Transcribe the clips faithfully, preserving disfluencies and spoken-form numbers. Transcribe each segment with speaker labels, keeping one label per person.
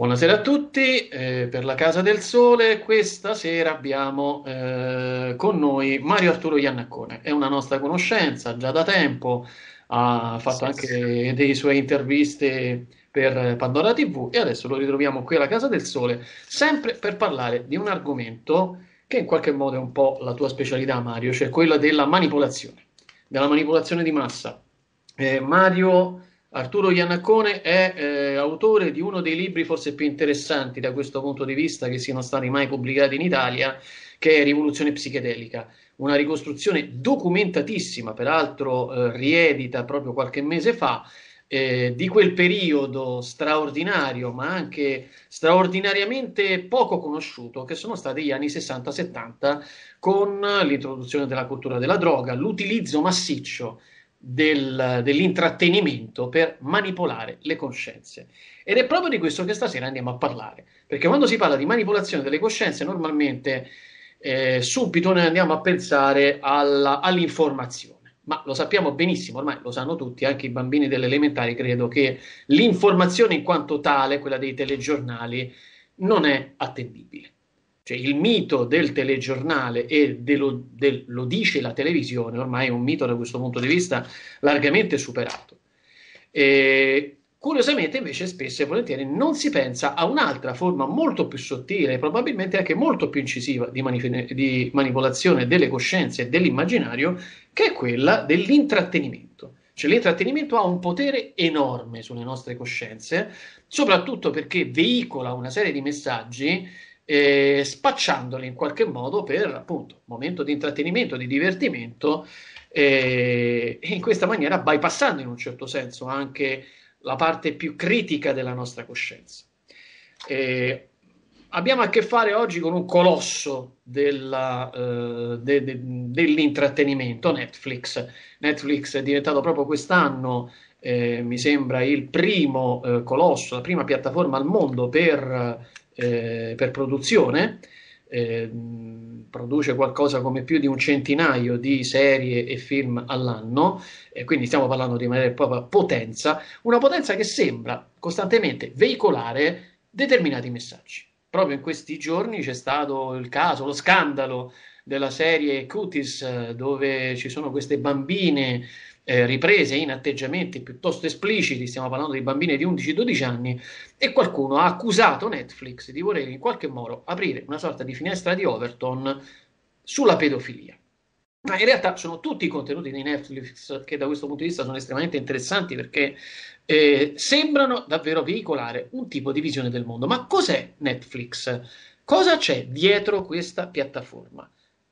Speaker 1: Buonasera a tutti, eh, per la Casa del Sole questa sera abbiamo eh, con noi Mario Arturo Iannaccone, è una nostra conoscenza già da tempo, ha fatto
Speaker 2: Sì.
Speaker 1: anche delle sue interviste per Pandora T V e adesso lo ritroviamo qui alla Casa del Sole, sempre per parlare di un argomento che in qualche modo è un po' la tua specialità, Mario, cioè quella della manipolazione, della manipolazione di massa. Eh, Mario Arturo Iannaccone è eh, autore di uno dei libri forse più interessanti da questo punto di vista che siano stati mai pubblicati in Italia, che è Rivoluzione psichedelica, una ricostruzione documentatissima, peraltro eh, riedita proprio qualche mese fa, eh, di quel periodo straordinario, ma anche straordinariamente poco conosciuto, che sono stati gli anni sessanta settanta, con l'introduzione della cultura della droga, l'utilizzo massiccio del, dell'intrattenimento per manipolare le coscienze. Ed è proprio di questo che stasera andiamo a parlare, perché quando si parla di manipolazione delle coscienze, normalmente eh, subito noi andiamo a pensare alla, all'informazione. Ma lo sappiamo benissimo, ormai lo sanno tutti, anche i bambini delle elementari, credo che l'informazione in quanto tale, quella dei telegiornali, non è attendibile. Cioè, il mito del telegiornale e dello, del, lo dice la televisione, ormai è un mito da questo punto di vista largamente superato. E, curiosamente, invece, spesso e volentieri non si pensa a un'altra forma molto più sottile, probabilmente anche molto più incisiva di, manif- di manipolazione delle coscienze e dell'immaginario, che è quella dell'intrattenimento. Cioè, l'intrattenimento ha un potere enorme sulle nostre coscienze, soprattutto perché veicola una serie di messaggi eh, spacciandoli in qualche modo per appunto momento di intrattenimento, di divertimento eh, e in questa maniera bypassando in un certo senso anche la parte più critica della nostra coscienza. Eh, abbiamo a che fare oggi con un colosso della, eh, de, de, dell'intrattenimento, Netflix. Netflix è diventato proprio quest'anno, eh, mi sembra, il primo eh, colosso, la prima piattaforma al mondo per eh, per produzione, eh, produce qualcosa come più di un centinaio di serie e film all'anno, e quindi stiamo parlando di una vera e propria potenza, una potenza che sembra costantemente veicolare determinati messaggi. Proprio in questi giorni c'è stato il caso, lo scandalo della serie Cuties, dove ci sono queste bambine eh, riprese in atteggiamenti piuttosto espliciti, stiamo parlando di bambine di undici dodici anni, e qualcuno ha accusato Netflix di voler in qualche modo aprire una sorta di finestra di Overton sulla pedofilia. Ma in realtà sono tutti i contenuti di Netflix che da questo punto di vista sono estremamente interessanti perché eh, sembrano davvero veicolare un tipo di visione del mondo. Ma cos'è Netflix? Cosa c'è dietro questa piattaforma?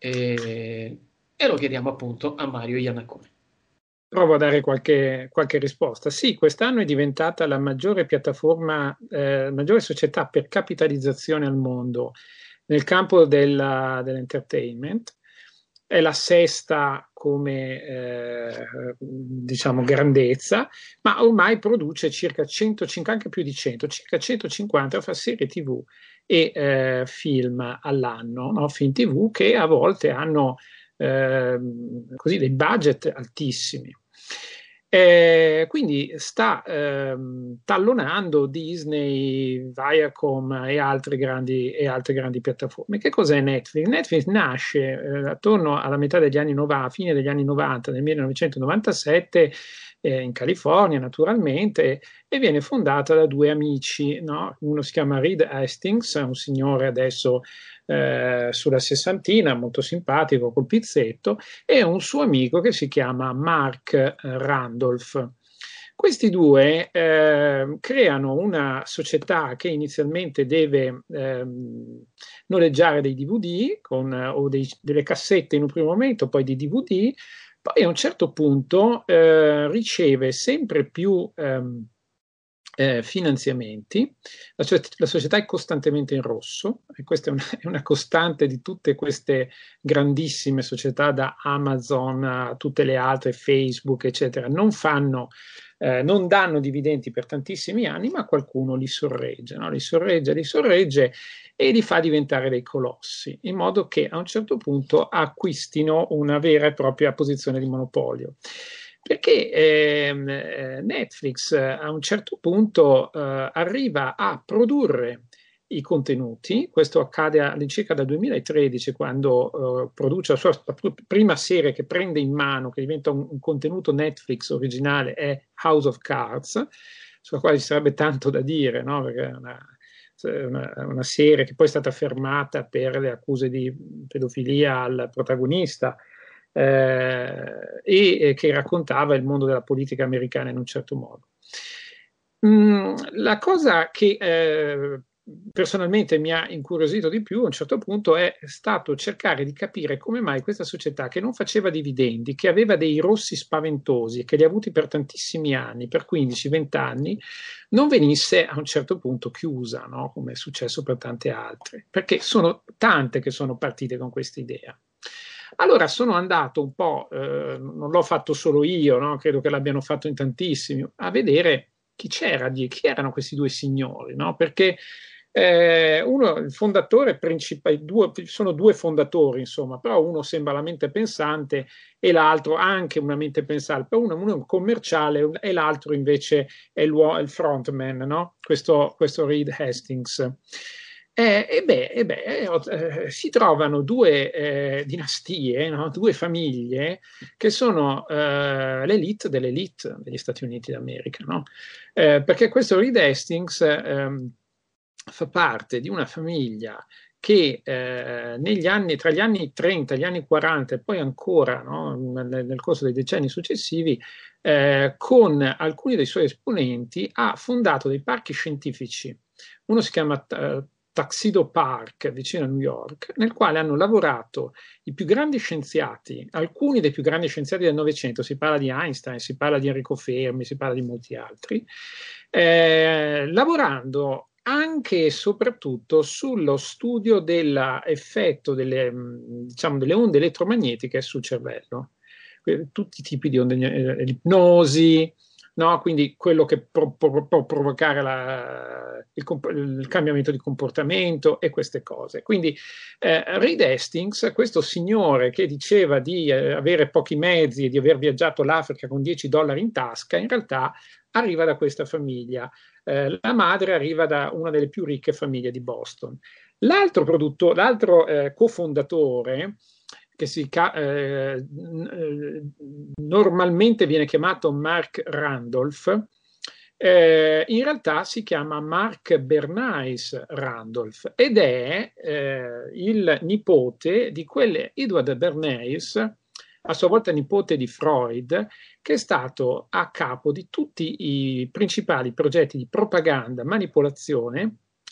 Speaker 1: E, e lo chiediamo appunto a Mario Iannacone.
Speaker 2: Provo a dare qualche, qualche risposta. Sì, quest'anno è diventata la maggiore piattaforma, eh, maggiore società per capitalizzazione al mondo nel campo della- dell'entertainment. È la sesta come eh, diciamo grandezza, ma ormai produce circa centocinquanta, anche più di cento, circa centocinquanta fra serie T V e eh, film all'anno, no? Film T V che a volte hanno eh, così dei budget altissimi. Eh, quindi sta ehm, tallonando Disney, Viacom e altre grandi, e altre grandi piattaforme. Che cos'è Netflix? Netflix nasce eh, attorno alla metà degli anni novanta, fine degli anni novanta, nel millenovecentonovantasette, eh, in California naturalmente, e viene fondata da due amici, no? Uno si chiama Reed Hastings, un signore adesso eh, sulla sessantina, molto simpatico, col pizzetto, e un suo amico che si chiama Mark eh, Randolph. Questi due eh, creano una società che inizialmente deve ehm, noleggiare dei D V D con, o dei, delle cassette in un primo momento, poi dei D V D, poi a un certo punto eh, riceve sempre più ehm, eh, finanziamenti. La, la, società è costantemente in rosso e questa è una, è una costante di tutte queste grandissime società, da Amazon a tutte le altre, Facebook, eccetera. Non fanno, eh, non danno dividendi per tantissimi anni, ma qualcuno li sorregge, no? li sorregge, li sorregge e li fa diventare dei colossi, in modo che a un certo punto acquistino una vera e propria posizione di monopolio. Perché ehm, eh, Netflix eh, a un certo punto eh, arriva a produrre i contenuti. Questo accade all'incirca dal duemilatredici, quando eh, produce la sua prima serie che prende in mano, che diventa un, un contenuto Netflix originale, è House of Cards, sulla quale ci sarebbe tanto da dire, no? Perché è una, una, una serie che poi è stata fermata per le accuse di pedofilia al protagonista. Eh, e, e che raccontava il mondo della politica americana in un certo modo. Mm, la cosa che eh, personalmente mi ha incuriosito di più a un certo punto è stato cercare di capire come mai questa società, che non faceva dividendi, che aveva dei rossi spaventosi, che li ha avuti per tantissimi anni, per quindici venti anni, non venisse a un certo punto chiusa, no? Come è successo per tante altre, perché sono tante che sono partite con questa idea. Allora sono andato un po', eh, non l'ho fatto solo io, no? Credo che l'abbiano fatto in tantissimi, a vedere chi c'era, chi erano questi due signori, no? Perché eh, uno, il fondatore principale, due, sono due fondatori, insomma, però uno sembra la mente pensante e l'altro anche una mente pensante, uno, uno è un commerciale e l'altro invece è il, il frontman, no? Questo, questo Reed Hastings. Eh, e beh, e beh eh, si trovano due eh, dinastie, no? Due famiglie che sono eh, l'elite dell'elite degli Stati Uniti d'America, no? Eh, perché questo Reed Hastings ehm, fa parte di una famiglia che eh, negli anni, tra gli anni trenta e gli anni quaranta e poi ancora, no? nel, nel corso dei decenni successivi, eh, con alcuni dei suoi esponenti ha fondato dei parchi scientifici. Uno si chiama eh, Tuxedo Park, vicino a New York, nel quale hanno lavorato i più grandi scienziati, alcuni dei più grandi scienziati del Novecento, si parla di Einstein, si parla di Enrico Fermi, si parla di molti altri, eh, lavorando anche e soprattutto sullo studio dell'effetto delle, diciamo, delle onde elettromagnetiche sul cervello, tutti i tipi di onde, eh, l'ipnosi, no? Quindi quello che può, può, può provocare la, il, il cambiamento di comportamento e queste cose. Quindi eh, Reed Hastings, questo signore che diceva di eh, avere pochi mezzi e di aver viaggiato l'Africa con dieci dollari in tasca, in realtà arriva da questa famiglia. Eh, la madre arriva da una delle più ricche famiglie di Boston. L'altro, produttore, l'altro eh, cofondatore, che si, eh, normalmente viene chiamato Mark Randolph, eh, in realtà si chiama Mark Bernays Randolph ed è eh, il nipote di quelle Edward Bernays, a sua volta nipote di Freud, che è stato a capo di tutti i principali progetti di propaganda, manipolazione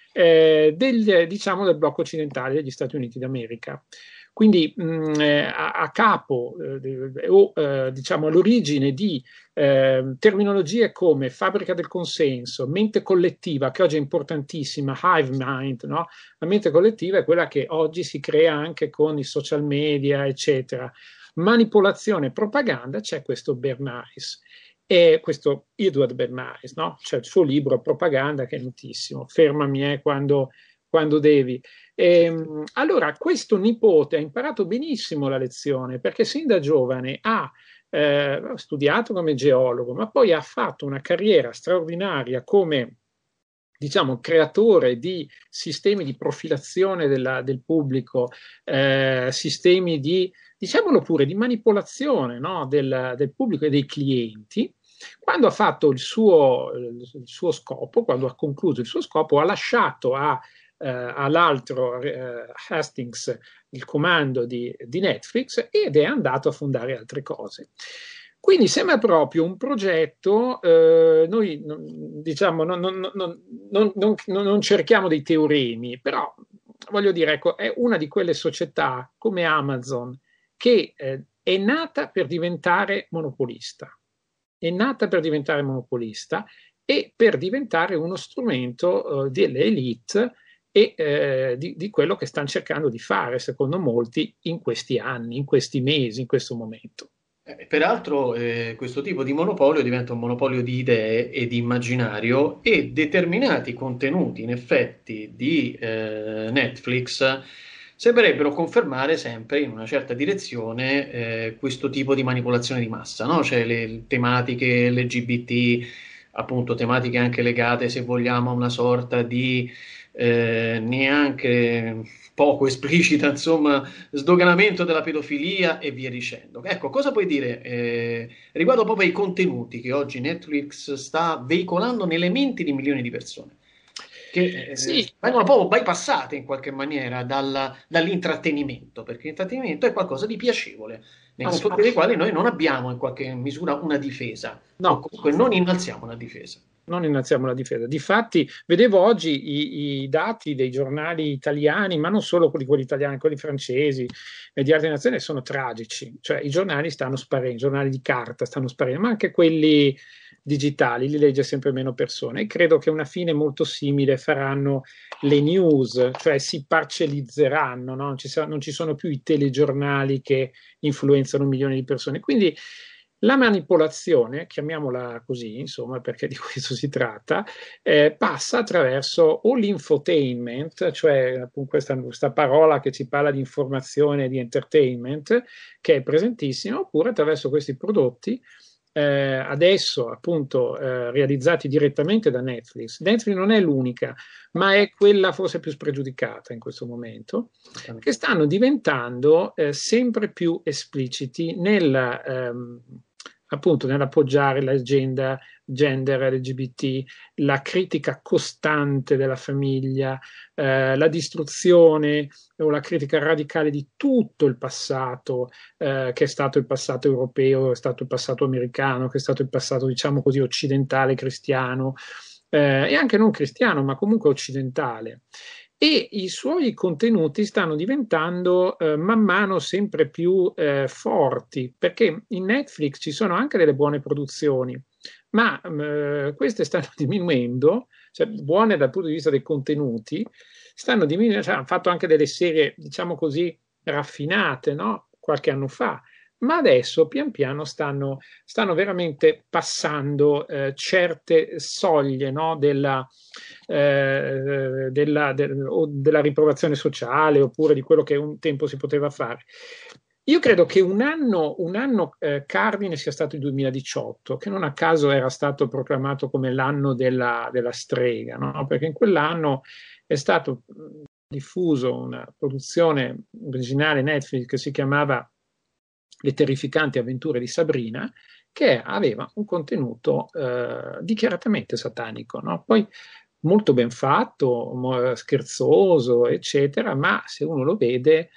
Speaker 2: eh, del, diciamo, del blocco occidentale degli Stati Uniti d'America. Quindi mh, a, a capo eh, o eh, diciamo all'origine di eh, terminologie come fabbrica del consenso, mente collettiva, che oggi è importantissima, hive mind, no? La mente collettiva è quella che oggi si crea anche con i social media, eccetera. Manipolazione e propaganda, c'è questo Bernays. E questo Edward Bernays, no? C'è il suo libro Propaganda che è notissimo, fermami eh, quando, quando devi. E, allora, questo nipote ha imparato benissimo la lezione perché sin da giovane ha eh, studiato come geologo, ma poi ha fatto una carriera straordinaria come, diciamo, creatore di sistemi di profilazione della, del pubblico, eh, sistemi di, diciamolo pure, di manipolazione, no? del, del pubblico e dei clienti. Quando ha fatto il suo, il suo scopo, quando ha concluso il suo scopo, ha lasciato a Uh, all'altro uh, Hastings il comando di, di Netflix ed è andato a fondare altre cose. Quindi sembra proprio un progetto, eh, noi diciamo non, non, non, non, non cerchiamo dei teoremi, però voglio dire, ecco, è una di quelle società come Amazon che eh, è nata per diventare monopolista, è nata per diventare monopolista e per diventare uno strumento eh, delle elite e eh, di, di quello che stanno cercando di fare, secondo molti, in questi anni, in questi mesi, in questo momento.
Speaker 1: Eh, peraltro eh, questo tipo di monopolio diventa un monopolio di idee e di immaginario e determinati contenuti, in effetti, di eh, Netflix sembrerebbero confermare sempre in una certa direzione eh, questo tipo di manipolazione di massa, no? Cioè le tematiche L G B T, appunto tematiche anche legate, se vogliamo, a una sorta di eh, neanche poco esplicita, insomma, sdoganamento della pedofilia e via dicendo. Ecco, cosa puoi dire eh, riguardo proprio ai contenuti che oggi Netflix sta veicolando nelle menti di milioni di persone? Che
Speaker 2: Sì,
Speaker 1: eh, vengono proprio bypassate in qualche maniera dalla- dall'intrattenimento, perché l'intrattenimento è qualcosa di piacevole, nei confronti dei quali noi non abbiamo in qualche misura una difesa, o
Speaker 2: no,
Speaker 1: comunque non innalziamo una difesa.
Speaker 2: non innalziamo la difesa. Difatti, vedevo oggi i, i dati dei giornali italiani, ma non solo quelli, quelli italiani, quelli francesi e di altre nazioni, sono tragici. Cioè, i giornali stanno sparendo, i giornali di carta stanno sparendo, ma anche quelli digitali, li legge sempre meno persone. E credo che una fine molto simile faranno le news, cioè si parcellizzeranno, no? Non ci, sa- non ci sono più i telegiornali che influenzano milioni di persone. Quindi la manipolazione, chiamiamola così, insomma, perché di questo si tratta, eh, passa attraverso o l'infotainment, cioè appunto questa, questa parola che ci parla di informazione e di entertainment, che è presentissima, oppure attraverso questi prodotti, eh, adesso appunto eh, realizzati direttamente da Netflix. Netflix non è l'unica, ma è quella forse più spregiudicata in questo momento, che stanno diventando eh, sempre più espliciti nella, ehm, appunto nell'appoggiare l'agenda gender L G B T, la critica costante della famiglia, eh, la distruzione o la critica radicale di tutto il passato, eh, che è stato il passato europeo, è stato il passato americano, che è stato il passato, diciamo così, occidentale, cristiano, eh, e anche non cristiano, ma comunque occidentale. E i suoi contenuti stanno diventando eh, man mano sempre più eh, forti, perché in Netflix ci sono anche delle buone produzioni, ma eh, queste stanno diminuendo, cioè buone dal punto di vista dei contenuti, stanno diminuendo, cioè, hanno fatto anche delle serie, diciamo così, raffinate, no? Qualche anno fa, ma adesso pian piano stanno, stanno veramente passando eh, certe soglie, no? della, eh, della, del, o della riprovazione sociale oppure di quello che un tempo si poteva fare. Io credo che un anno, un anno eh, cardine sia stato il duemiladiciotto, che non a caso era stato proclamato come l'anno della, della strega, no? Perché in quell'anno è stato diffuso una produzione originale Netflix che si chiamava Le terrificanti avventure di Sabrina, che aveva un contenuto eh, dichiaratamente satanico, no? Poi molto ben fatto, scherzoso, eccetera, ma se uno lo vede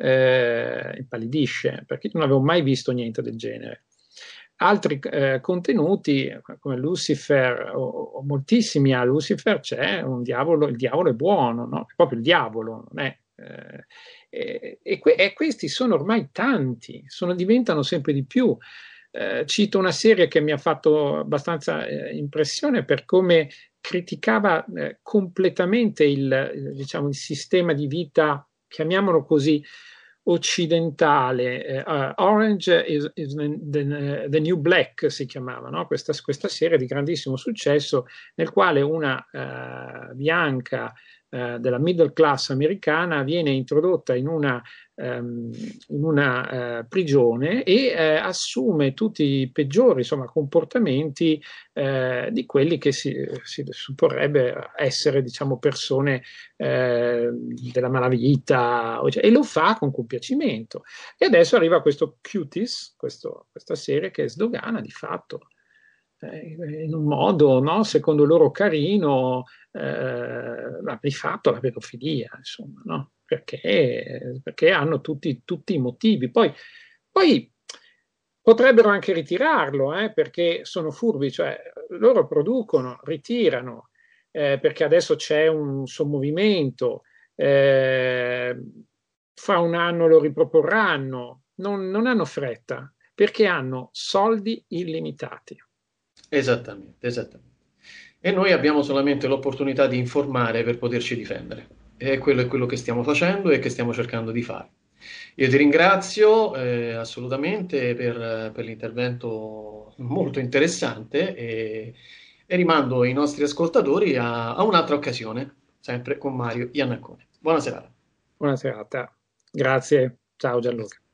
Speaker 2: eh, impallidisce, perché non avevo mai visto niente del genere. Altri eh, contenuti come Lucifer o, o moltissimi a Lucifer c'è un diavolo, il diavolo è buono, no? È proprio il diavolo, non è... Eh, e, e, que- e questi sono ormai tanti, sono, diventano sempre di più. Eh, cito una serie che mi ha fatto abbastanza eh, impressione per come criticava eh, completamente il, il, diciamo, il sistema di vita, chiamiamolo così, occidentale. Uh, Orange is, is the, the, the New Black si chiamava, no? questa, questa serie di grandissimo successo nel quale una uh, bianca uh, della middle class americana viene introdotta in una, um, in una uh, prigione e uh, assume tutti i peggiori insomma, comportamenti uh, di quelli che si, si supporrebbe essere diciamo, persone uh, della malavita, e lo fa con compiacimento. E adesso arriva questo Cuties, questo, questa serie che sdogana di fatto eh, in un modo, no, secondo loro carino, eh, di fatto la pedofilia, insomma, no? Perché, perché hanno tutti, tutti i motivi. Poi, poi potrebbero anche ritirarlo, eh, perché sono furbi, cioè loro producono, ritirano, eh, perché adesso c'è un sommovimento, eh, fra un anno lo riproporranno, non, non hanno fretta, perché hanno soldi illimitati.
Speaker 1: Esattamente, esattamente. E noi abbiamo solamente l'opportunità di informare per poterci difendere. E quello è quello che stiamo facendo e che stiamo cercando di fare. Io ti ringrazio eh, assolutamente per, per l'intervento molto interessante e, e rimando i nostri ascoltatori a, a un'altra occasione, sempre con Mario Iannaccone. Buona serata.
Speaker 2: Buona serata. Grazie. Ciao Gianluca.